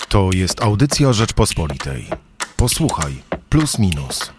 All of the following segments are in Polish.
To jest audycja Rzeczpospolitej. Posłuchaj, plus minus.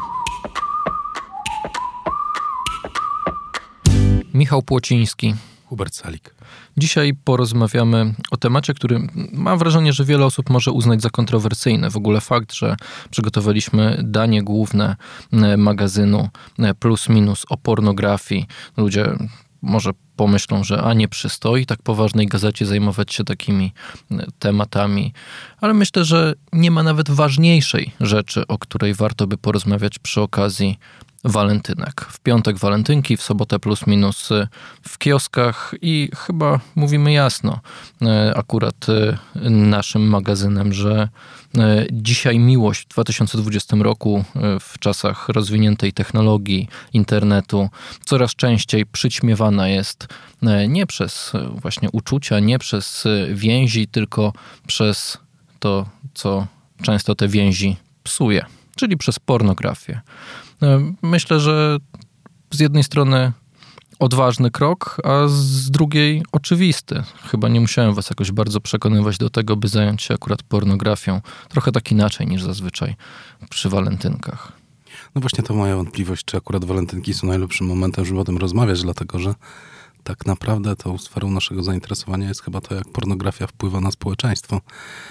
Michał Płociński. Hubert Salik. Dzisiaj porozmawiamy o temacie, który mam wrażenie, że wiele osób może uznać za kontrowersyjny. W ogóle fakt, że przygotowaliśmy danie główne magazynu Plus Minus o pornografii. Ludzie może pomyślą, że nie przystoi tak poważnej gazecie zajmować się takimi tematami, ale myślę, że nie ma nawet ważniejszej rzeczy, o której warto by porozmawiać przy okazji walentynek. W piątek walentynki, w sobotę plus minus w kioskach i chyba mówimy jasno akurat naszym magazynem, że dzisiaj miłość w 2020 roku w czasach rozwiniętej technologii, internetu coraz częściej przyćmiewana jest nie przez właśnie uczucia, nie przez więzi, tylko przez to, co często te więzi psuje, czyli przez pornografię. Myślę, że z jednej strony odważny krok, a z drugiej oczywisty. Chyba nie musiałem was jakoś bardzo przekonywać do tego, by zająć się akurat pornografią. Trochę tak inaczej niż zazwyczaj przy walentynkach. No właśnie to moja wątpliwość, czy akurat walentynki są najlepszym momentem, żeby o tym rozmawiać, dlatego że tak naprawdę tą sferą naszego zainteresowania jest chyba to, jak pornografia wpływa na społeczeństwo.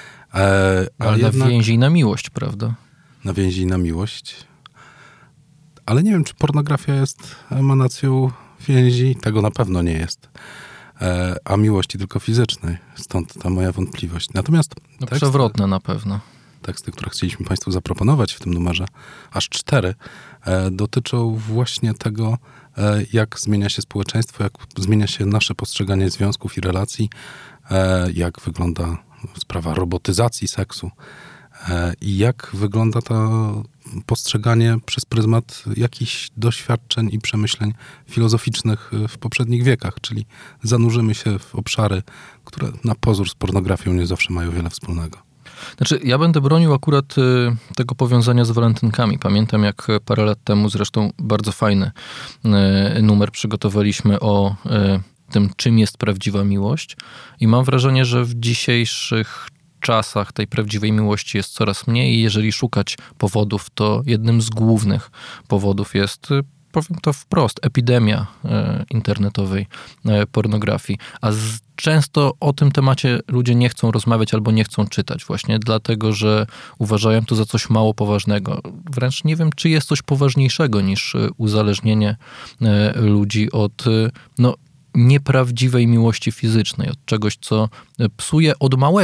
Ale jednak na więzi i na miłość, prawda? Na więzi i na miłość. Ale nie wiem, czy pornografia jest emanacją więzi. Tego na pewno nie jest. A miłości tylko fizycznej. Stąd ta moja wątpliwość. Natomiast przewrotne na pewno. Teksty, które chcieliśmy Państwu zaproponować w tym numerze, aż 4, dotyczą właśnie tego, jak zmienia się społeczeństwo, jak zmienia się nasze postrzeganie związków i relacji, jak wygląda sprawa robotyzacji seksu i jak wygląda to postrzeganie przez pryzmat jakichś doświadczeń i przemyśleń filozoficznych w poprzednich wiekach, czyli zanurzymy się w obszary, które na pozór z pornografią nie zawsze mają wiele wspólnego. Znaczy, ja będę bronił akurat tego powiązania z walentynkami. Pamiętam, jak parę lat temu, zresztą bardzo fajny numer przygotowaliśmy o tym, czym jest prawdziwa miłość. I mam wrażenie, że w dzisiejszych czasach tej prawdziwej miłości jest coraz mniej i jeżeli szukać powodów, to jednym z głównych powodów jest, powiem to wprost, epidemia internetowej pornografii. A często o tym temacie ludzie nie chcą rozmawiać albo nie chcą czytać właśnie dlatego, że uważają to za coś mało poważnego. Wręcz nie wiem, czy jest coś poważniejszego niż uzależnienie ludzi od nieprawdziwej miłości fizycznej, od czegoś, co psuje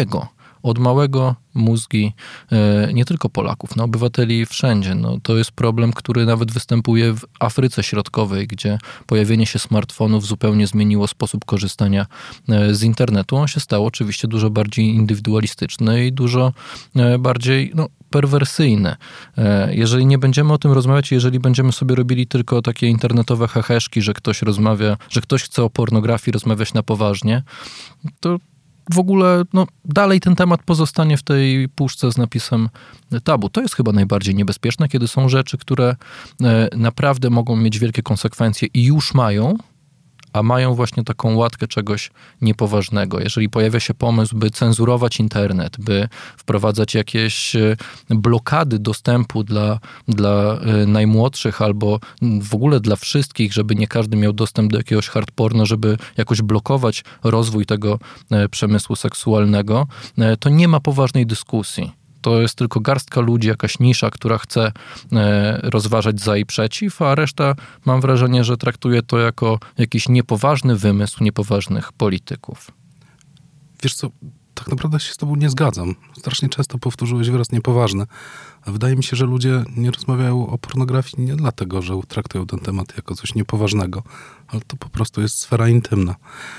od małego mózgi nie tylko Polaków, obywateli wszędzie. To jest problem, który nawet występuje w Afryce Środkowej, gdzie pojawienie się smartfonów zupełnie zmieniło sposób korzystania z internetu. On się stał oczywiście dużo bardziej indywidualistyczny i dużo bardziej perwersyjny. Jeżeli nie będziemy o tym rozmawiać, jeżeli będziemy sobie robili tylko takie internetowe heheszki, że ktoś rozmawia, że ktoś chce o pornografii rozmawiać na poważnie, to w ogóle dalej ten temat pozostanie w tej puszce z napisem tabu. To jest chyba najbardziej niebezpieczne, kiedy są rzeczy, które naprawdę mogą mieć wielkie konsekwencje i już mają, a mają właśnie taką łatkę czegoś niepoważnego. Jeżeli pojawia się pomysł, by cenzurować internet, by wprowadzać jakieś blokady dostępu dla najmłodszych albo w ogóle dla wszystkich, żeby nie każdy miał dostęp do jakiegoś hardporno, żeby jakoś blokować rozwój tego przemysłu seksualnego, to nie ma poważnej dyskusji. To jest tylko garstka ludzi, jakaś nisza, która chce rozważać za i przeciw, a reszta, mam wrażenie, że traktuje to jako jakiś niepoważny wymysł niepoważnych polityków. Wiesz co, tak naprawdę się z tobą nie zgadzam. Strasznie często powtórzyłeś wyraz niepoważny. A wydaje mi się, że ludzie nie rozmawiają o pornografii nie dlatego, że traktują ten temat jako coś niepoważnego, ale to po prostu jest sfera intymna.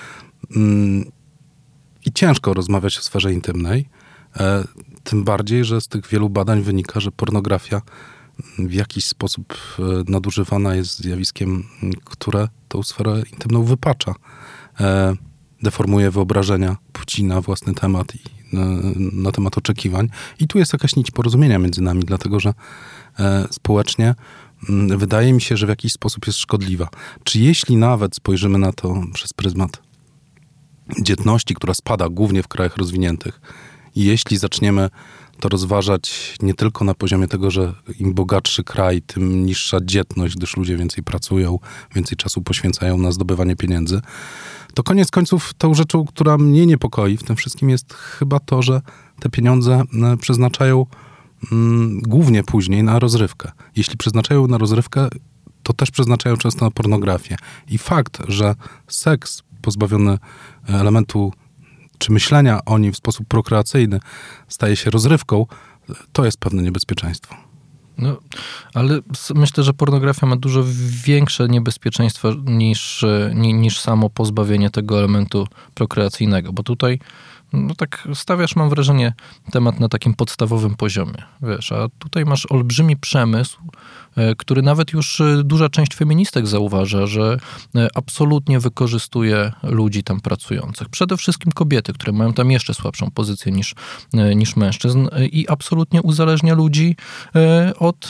I ciężko rozmawiać o sferze intymnej. Tym bardziej, że z tych wielu badań wynika, że pornografia w jakiś sposób nadużywana jest zjawiskiem, które tą sferę intymną wypacza. Deformuje wyobrażenia płci na własny temat i na temat oczekiwań. I tu jest jakaś nić porozumienia między nami, dlatego że społecznie wydaje mi się, że w jakiś sposób jest szkodliwa. Czy jeśli nawet spojrzymy na to przez pryzmat dzietności, która spada głównie w krajach rozwiniętych I jeśli zaczniemy to rozważać nie tylko na poziomie tego, że im bogatszy kraj, tym niższa dzietność, gdyż ludzie więcej pracują, więcej czasu poświęcają na zdobywanie pieniędzy, to koniec końców tą rzeczą, która mnie niepokoi w tym wszystkim jest chyba to, że te pieniądze przeznaczają głównie później na rozrywkę. Jeśli przeznaczają na rozrywkę, to też przeznaczają często na pornografię. I fakt, że seks pozbawiony elementu czy myślenia o nim w sposób prokreacyjny staje się rozrywką, to jest pewne niebezpieczeństwo. No, ale myślę, że pornografia ma dużo większe niebezpieczeństwa niż samo pozbawienie tego elementu prokreacyjnego, bo tutaj no tak stawiasz, mam wrażenie, temat na takim podstawowym poziomie, wiesz, a tutaj masz olbrzymi przemysł, który nawet już duża część feministek zauważa, że absolutnie wykorzystuje ludzi tam pracujących. Przede wszystkim kobiety, które mają tam jeszcze słabszą pozycję niż mężczyzn i absolutnie uzależnia ludzi od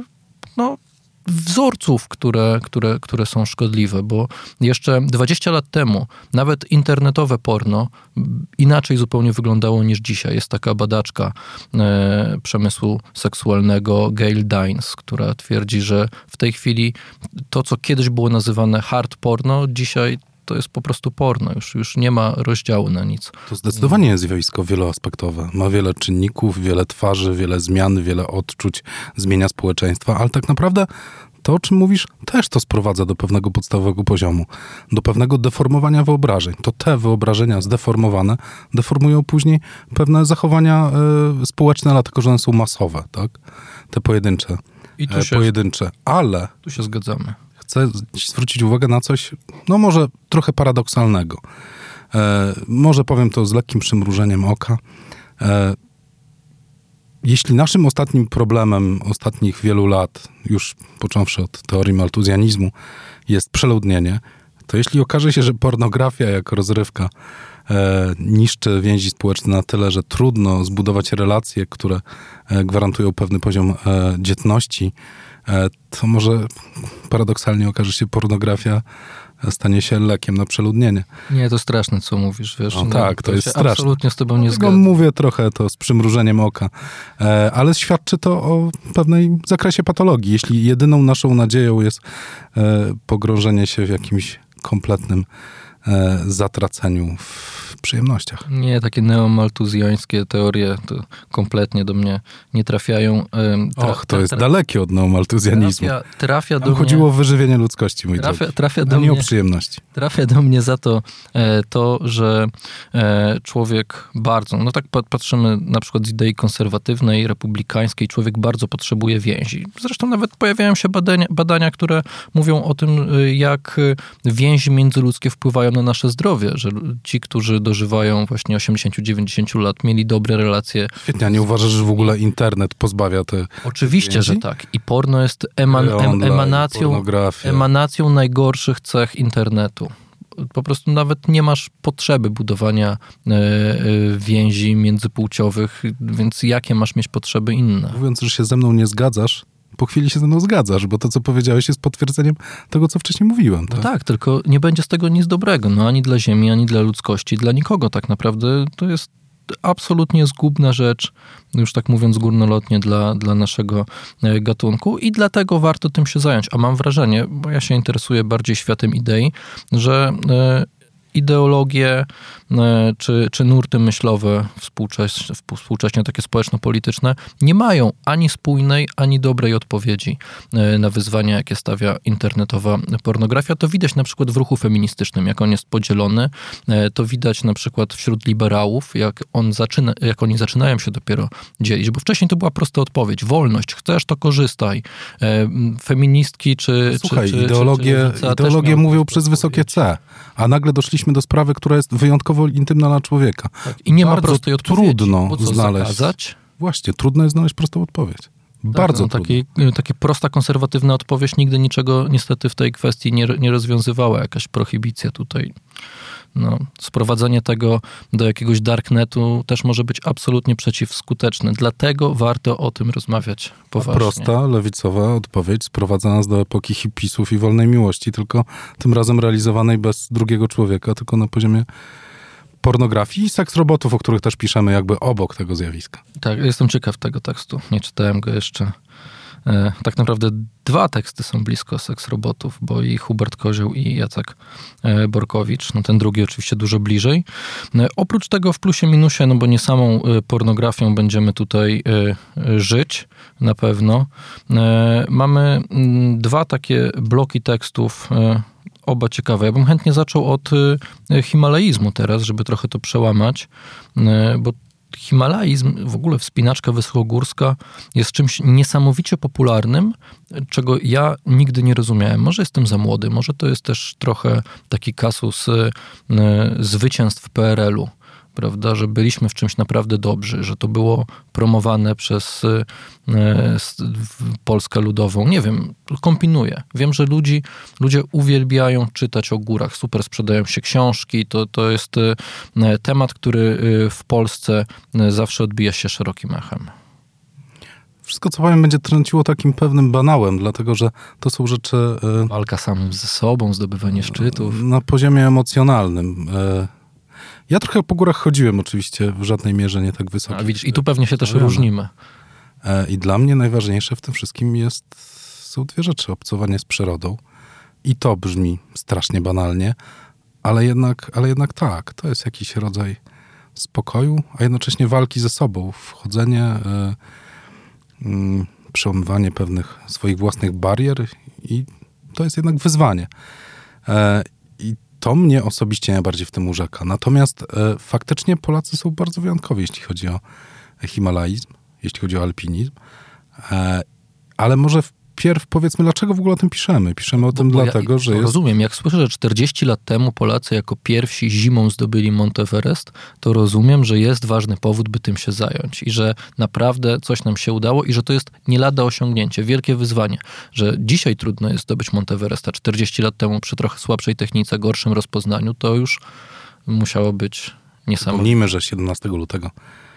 wzorców, które są szkodliwe, bo jeszcze 20 lat temu nawet internetowe porno inaczej zupełnie wyglądało niż dzisiaj. Jest taka badaczka przemysłu seksualnego Gail Dines, która twierdzi, że w tej chwili to, co kiedyś było nazywane hard porno, dzisiaj to jest po prostu porno. Już nie ma rozdziału na nic. To zdecydowanie jest zjawisko wieloaspektowe. Ma wiele czynników, wiele twarzy, wiele zmian, wiele odczuć, zmienia społeczeństwa, ale tak naprawdę to, o czym mówisz, też to sprowadza do pewnego podstawowego poziomu, do pewnego deformowania wyobrażeń. To te wyobrażenia zdeformowane deformują później pewne zachowania społeczne, dlatego że one są masowe, tak? Te pojedyncze. Ale tu się zgadzamy. Chcę zwrócić uwagę na coś, no może trochę paradoksalnego. Może powiem to z lekkim przymrużeniem oka. Jeśli naszym ostatnim problemem ostatnich wielu lat, już począwszy od teorii maltuzjanizmu, jest przeludnienie, to jeśli okaże się, że pornografia jako rozrywka niszczy więzi społeczne na tyle, że trudno zbudować relacje, które gwarantują pewny poziom dzietności, to może paradoksalnie okaże się, pornografia stanie się lekiem na przeludnienie. Nie, to straszne, co mówisz, wiesz. No tak, to jest straszne. Absolutnie z tobą nie zgadzam. Mówię trochę to z przymrużeniem oka, ale świadczy to o pewnej zakresie patologii. Jeśli jedyną naszą nadzieją jest pogrążenie się w jakimś kompletnym zatraceniu w przyjemnościach. Nie, takie neomaltuzjańskie teorie to kompletnie do mnie nie trafiają. To jest dalekie od neomaltuzjanizmu. Trafia do mnie... chodziło o wyżywienie ludzkości, mój drogi. A nie o przyjemności. Trafia do mnie za to, że człowiek bardzo, no tak patrzymy na przykład z idei konserwatywnej, republikańskiej, człowiek bardzo potrzebuje więzi. Zresztą nawet pojawiają się badania, które mówią o tym, jak więzi międzyludzkie wpływają na nasze zdrowie, że ci, którzy dożywają właśnie 80-90 lat, mieli dobre relacje. Świetnie, a nie uważasz, że w ogóle internet pozbawia te Oczywiście, więzi? że tak. I porno jest emanacją najgorszych cech internetu. Po prostu nawet nie masz potrzeby budowania więzi międzypłciowych, więc jakie masz mieć potrzeby inne? Mówiąc, że się ze mną nie zgadzasz, po chwili się ze mną zgadzasz, bo to, co powiedziałeś, jest potwierdzeniem tego, co wcześniej mówiłem. Tak? No tak, tylko nie będzie z tego nic dobrego. No ani dla Ziemi, ani dla ludzkości, dla nikogo tak naprawdę. To jest absolutnie zgubna rzecz, już tak mówiąc górnolotnie, dla naszego gatunku i dlatego warto tym się zająć. A mam wrażenie, bo ja się interesuję bardziej światem idei, że ideologie czy nurty myślowe współcześnie takie społeczno-polityczne nie mają ani spójnej, ani dobrej odpowiedzi na wyzwania, jakie stawia internetowa pornografia. To widać na przykład w ruchu feministycznym, jak on jest podzielony. To widać na przykład wśród liberałów, jak oni zaczynają się dopiero dzielić, bo wcześniej to była prosta odpowiedź. Wolność, chcesz, to korzystaj. Feministki czy... Słuchaj, czy ideologie mówią przez wysokie C, a nagle doszliśmy do sprawy, która jest wyjątkowo intymna dla człowieka. Tak, i nie ma prostej odpowiedzi. Trudno bo co, znaleźć. Zakazać? Właśnie, trudno jest znaleźć prostą odpowiedź. Bardzo trudno. Taka prosta, konserwatywna odpowiedź nigdy niczego niestety w tej kwestii nie rozwiązywała. Jakaś prohibicja tutaj. No, sprowadzenie tego do jakiegoś darknetu też może być absolutnie przeciwskuteczne. Dlatego warto o tym rozmawiać poważnie. Prosta, lewicowa odpowiedź sprowadza nas do epoki hipisów i wolnej miłości, tylko tym razem realizowanej bez drugiego człowieka, tylko na poziomie pornografii i seks robotów, o których też piszemy jakby obok tego zjawiska. Tak, jestem ciekaw tego tekstu. Nie czytałem go jeszcze. Tak naprawdę 2 teksty są blisko seks robotów, bo i Hubert Kozioł i Jacek Borkowicz. No ten drugi oczywiście dużo bliżej. Oprócz tego w plusie minusie, no bo nie samą pornografią będziemy tutaj żyć na pewno. Mamy 2 takie bloki tekstów, oba ciekawe. Ja bym chętnie zaczął od himalaizmu teraz, żeby trochę to przełamać, bo himalaizm, w ogóle wspinaczka wysokogórska jest czymś niesamowicie popularnym, czego ja nigdy nie rozumiałem. Może jestem za młody, może to jest też trochę taki kasus zwycięstw PRL-u, prawda, że byliśmy w czymś naprawdę dobrzy, że to było promowane przez Polskę Ludową. Nie wiem, kombinuję. Wiem, że ludzie uwielbiają czytać o górach, super sprzedają się książki. To jest temat, który w Polsce zawsze odbija się szerokim echem. Wszystko, co powiem, będzie trąciło takim pewnym banałem, dlatego że to są rzeczy... Walka samym ze sobą, zdobywanie szczytów. Na poziomie emocjonalnym. Ja trochę po górach chodziłem oczywiście, w żadnej mierze nie tak wysoko. A widzisz, i tu pewnie się też różnimy. I dla mnie najważniejsze w tym wszystkim są 2 rzeczy. Obcowanie z przyrodą. I to brzmi strasznie banalnie, ale jednak tak. To jest jakiś rodzaj spokoju, a jednocześnie walki ze sobą. Wchodzenie, przełamywanie pewnych swoich własnych barier i to jest jednak wyzwanie. I to mnie osobiście najbardziej w tym urzeka. Natomiast faktycznie Polacy są bardzo wyjątkowi, jeśli chodzi o himalaizm, jeśli chodzi o alpinizm. Ale może wpierw powiedzmy, dlaczego w ogóle o tym piszemy. Piszemy o tym dlatego, że jest... Rozumiem, jak słyszę, że 40 lat temu Polacy jako pierwsi zimą zdobyli Mount Everest, to rozumiem, że jest ważny powód, by tym się zająć i że naprawdę coś nam się udało i że to jest nie lada osiągnięcie, wielkie wyzwanie, że dzisiaj trudno jest zdobyć Mount Everest, a 40 lat temu przy trochę słabszej technice, gorszym rozpoznaniu, to już musiało być niesamowite. Przypomnijmy, że 17 lutego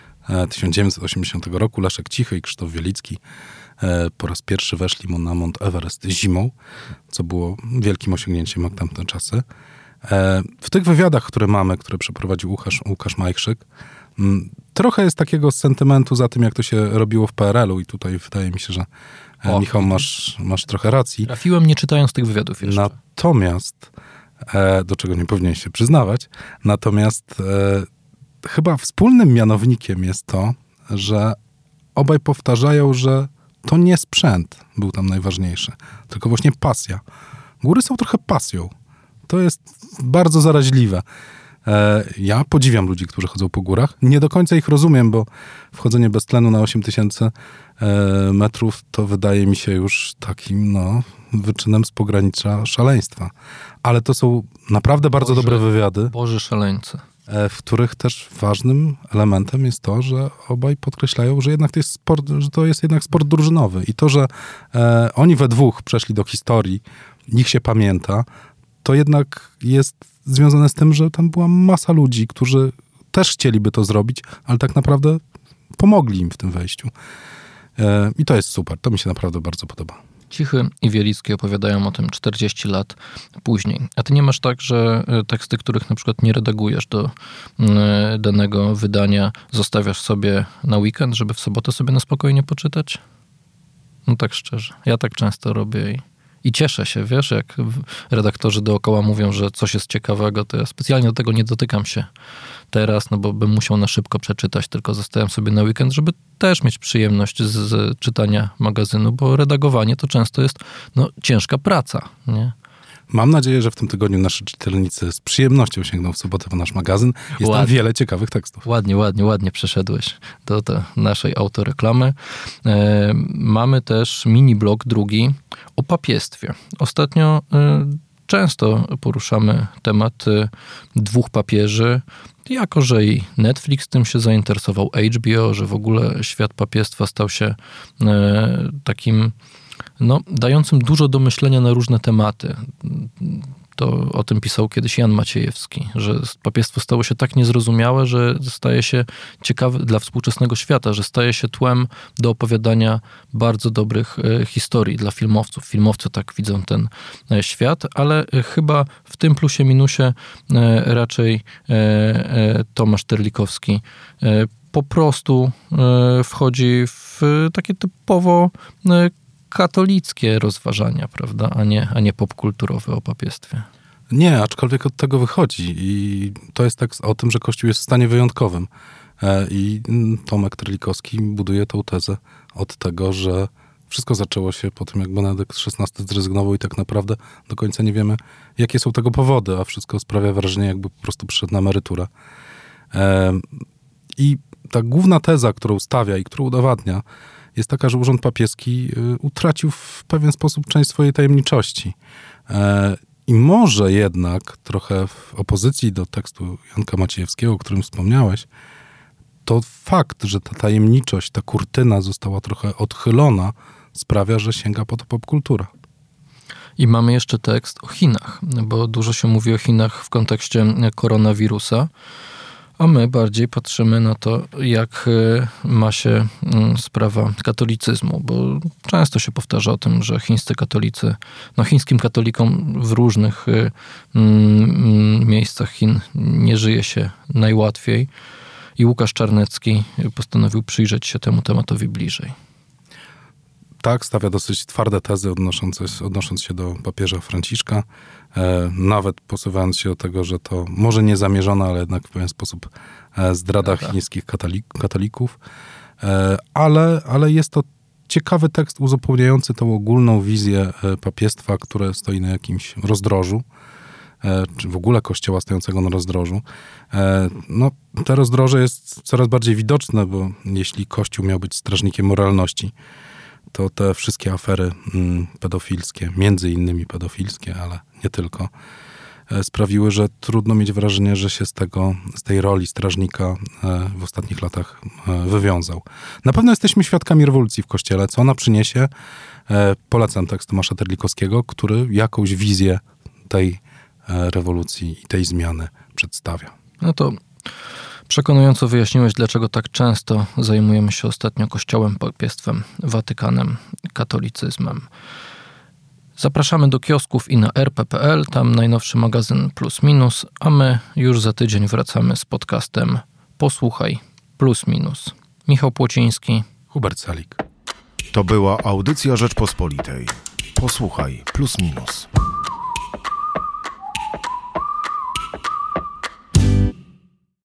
1980 roku Leszek Cichy i Krzysztof Wielicki po raz pierwszy weszli na Mount Everest zimą, co było wielkim osiągnięciem jak tamte czasy. W tych wywiadach, które mamy, które przeprowadził Łukasz Majchrzyk, trochę jest takiego sentymentu za tym, jak to się robiło w PRL-u i tutaj wydaje mi się, że Michał, masz trochę racji. Trafiłem nie czytając tych wywiadów jeszcze. Natomiast, do czego nie powinien się przyznawać, natomiast chyba wspólnym mianownikiem jest to, że obaj powtarzają, że to nie sprzęt był tam najważniejszy, tylko właśnie pasja. Góry są trochę pasją. To jest bardzo zaraźliwe. Ja podziwiam ludzi, którzy chodzą po górach. Nie do końca ich rozumiem, bo wchodzenie bez tlenu na 8000 metrów to wydaje mi się już takim wyczynem z pogranicza szaleństwa. Ale to są naprawdę bardzo dobre wywiady. Boży szaleńcy. W których też ważnym elementem jest to, że obaj podkreślają, że jednak to jest sport, że to jest jednak sport drużynowy. I to, że oni we dwóch przeszli do historii, ich się pamięta, to jednak jest związane z tym, że tam była masa ludzi, którzy też chcieliby to zrobić, ale tak naprawdę pomogli im w tym wejściu. I to jest super. To mi się naprawdę bardzo podoba. Cichy i Wielicki opowiadają o tym 40 lat później. A ty nie masz tak, że teksty, których na przykład nie redagujesz do danego wydania, zostawiasz sobie na weekend, żeby w sobotę sobie na spokojnie poczytać? No tak szczerze. Ja tak często robię i cieszę się, wiesz, jak redaktorzy dookoła mówią, że coś jest ciekawego, to ja specjalnie do tego nie dotykam się teraz, no bo bym musiał na szybko przeczytać, tylko zostawiam sobie na weekend, żeby też mieć przyjemność z czytania magazynu, bo redagowanie to często jest ciężka praca, nie? Mam nadzieję, że w tym tygodniu nasi czytelnicy z przyjemnością sięgną w sobotę po nasz magazyn. Jest tam wiele ciekawych tekstów. Ładnie przeszedłeś do naszej autoreklamy. Mamy też mini blog drugi o papiestwie. Ostatnio często poruszamy temat 2 papieży. Jako że i Netflix tym się zainteresował, HBO, że w ogóle świat papiestwa stał się takim dającym dużo do myślenia na różne tematy. To o tym pisał kiedyś Jan Maciejewski, że papiestwo stało się tak niezrozumiałe, że staje się ciekawe dla współczesnego świata, że staje się tłem do opowiadania bardzo dobrych historii dla filmowców. Filmowcy tak widzą ten świat, ale chyba w tym plusie minusie raczej Tomasz Terlikowski po prostu wchodzi w takie typowo katolickie rozważania, prawda, a nie popkulturowe o papiestwie. Nie, aczkolwiek od tego wychodzi i to jest tekst o tym, że Kościół jest w stanie wyjątkowym. I Tomek Terlikowski buduje tą tezę od tego, że wszystko zaczęło się po tym, jak Benedykt XVI zrezygnował i tak naprawdę do końca nie wiemy, jakie są tego powody, a wszystko sprawia wrażenie, jakby po prostu przyszedł na emeryturę. I ta główna teza, którą stawia i którą udowadnia, jest taka, że urząd papieski utracił w pewien sposób część swojej tajemniczości. I może jednak trochę w opozycji do tekstu Janka Maciejewskiego, o którym wspomniałeś, to fakt, że ta tajemniczość, ta kurtyna została trochę odchylona, sprawia, że sięga po to popkultura. I mamy jeszcze tekst o Chinach, bo dużo się mówi o Chinach w kontekście koronawirusa, a my bardziej patrzymy na to, jak ma się sprawa katolicyzmu, bo często się powtarza o tym, że chińscy katolicy, chińskim katolikom w różnych miejscach Chin nie żyje się najłatwiej i Łukasz Czarnecki postanowił przyjrzeć się temu tematowi bliżej. Tak, stawia dosyć twarde tezy odnosząc się do papieża Franciszka, nawet posuwając się do tego, że to może niezamierzona, ale jednak w pewien sposób zdrada chińskich katolików. Ale jest to ciekawy tekst uzupełniający tą ogólną wizję papiestwa, które stoi na jakimś rozdrożu, czy w ogóle kościoła stojącego na rozdrożu. To rozdroże jest coraz bardziej widoczne, bo jeśli Kościół miał być strażnikiem moralności, to te wszystkie afery pedofilskie, między innymi pedofilskie, ale nie tylko, sprawiły, że trudno mieć wrażenie, że się z tej roli strażnika w ostatnich latach wywiązał. Na pewno jesteśmy świadkami rewolucji w Kościele. Co ona przyniesie? Polecam tekst Tomasza Terlikowskiego, który jakąś wizję tej rewolucji i tej zmiany przedstawia. No to przekonująco wyjaśniłeś, dlaczego tak często zajmujemy się ostatnio Kościołem, papiestwem, Watykanem, katolicyzmem. Zapraszamy do kiosków i na rp.pl, tam najnowszy magazyn Plus Minus, a my już za tydzień wracamy z podcastem Posłuchaj Plus Minus. Michał Płociński, Hubert Salik. To była audycja Rzeczpospolitej. Posłuchaj Plus Minus.